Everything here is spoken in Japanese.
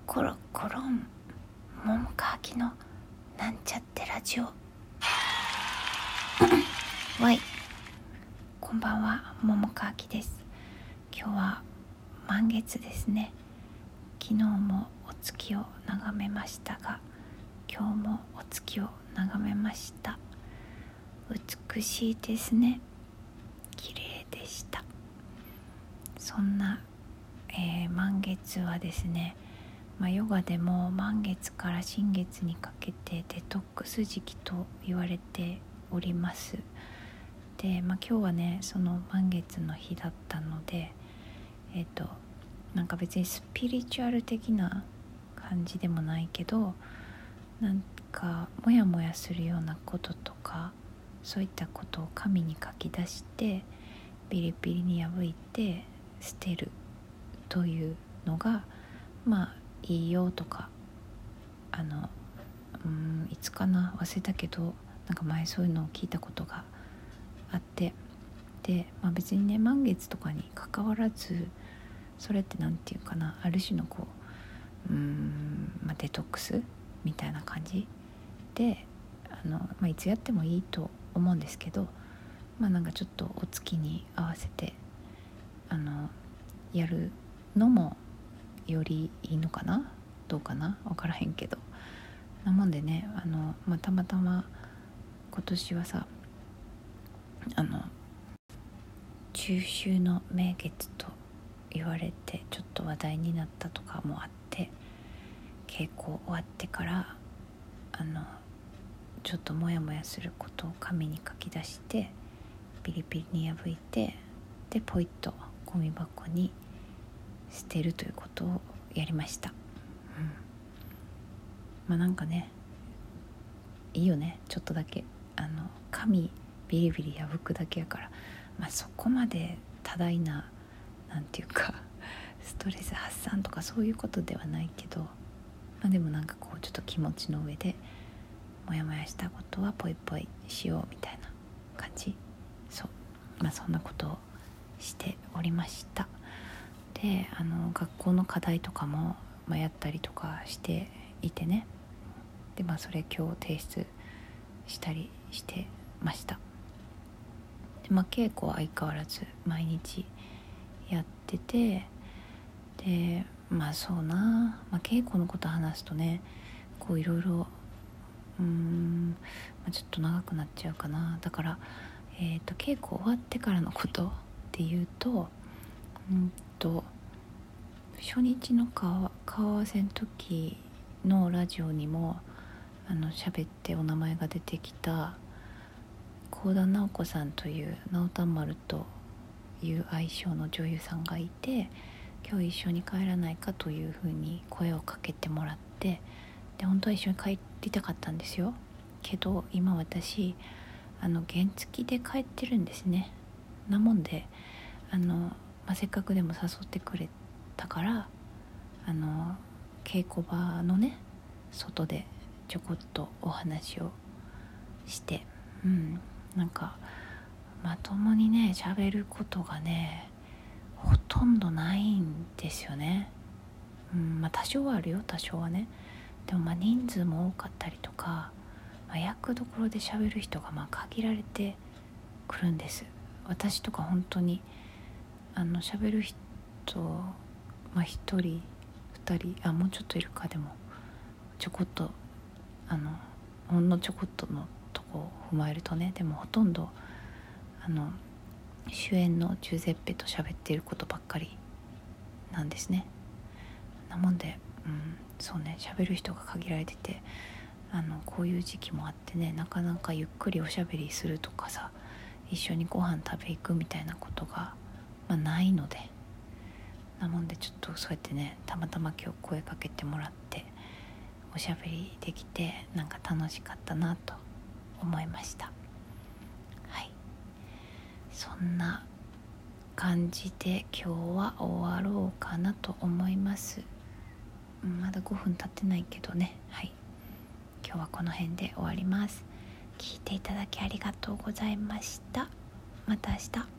コロコロン桃川きのなんちゃってラジオわい、こんばんは、桃川きです。今日は満月ですね。昨日もお月を眺めましたが、今日もお月を眺めました。美しいですね。綺麗でした。そんな、満月はですね、ヨガでも満月から新月にかけてデトックス時期と言われております。で、今日はねその満月の日だったので、なんか別にスピリチュアル的な感じでもないけど、なんかモヤモヤするようなこととかそういったことを紙に書き出してビリビリに破いて捨てるというのがいいよとか、いつかな忘れたけど、なんか前そういうのを聞いたことがあって、で、別にね満月とかに関わらず、それってなんていうかな、ある種のデトックスみたいな感じで、いつやってもいいと思うんですけど、なんかちょっとお月に合わせてやるのもよりいいのかな、どうかな、分からへんけど、なもんでね、たまたま今年はさ、中秋の名月と言われてちょっと話題になったとかもあって、稽古終わってからちょっとモヤモヤすることを紙に書き出してピリピリに破いて、でポイッとゴミ箱に捨てるということをやりました。なんかねいいよね、ちょっとだけ紙ビリビリ破くだけやから、そこまで多大ななんていうかストレス発散とかそういうことではないけど、でもなんかこうちょっと気持ちの上でモヤモヤしたことはポイポイしようみたいな感じ。そう、そんなことをしておりました。で、学校の課題とかも、やったりとかしていてね、でそれ今日提出したりしてました。で稽古は相変わらず毎日やってて、でそうな、稽古のこと話すとねこういろいろちょっと長くなっちゃうかな。だから稽古終わってからのことっていうと、初日の顔合わせの時のラジオにも喋ってお名前が出てきた幸田直子さんという直丹丸という愛称の女優さんがいて、今日一緒に帰らないかというふうに声をかけてもらって、で本当は一緒に帰りたかったんですよ。けど今私原付で帰ってるんですね。なもんでせっかくでも誘ってくれたから稽古場のね外でちょこっとお話をして、なんかまともにね喋ることがねほとんどないんですよね。多少はあるよ、多少はね。でも人数も多かったりとか、役どころで喋る人が限られてくるんです。私とか本当に喋る人1人2人もうちょっといるか、でもちょこっとほんのちょこっとのとこを踏まえるとね、でもほとんど主演のジュゼッペと喋っていることばっかりなんですね。なもんで、そうね、喋る人が限られてて、こういう時期もあってね、なかなかゆっくりおしゃべりするとかさ、一緒にご飯食べ行くみたいなことが、ないので、なもんでちょっとそうやってね、たまたま今日声かけてもらっておしゃべりできて、なんか楽しかったなと思いました。はい、そんな感じで今日は終わろうかなと思います。まだ5分経ってないけどね。はい、今日はこの辺で終わります。聞いていただきありがとうございました。また明日。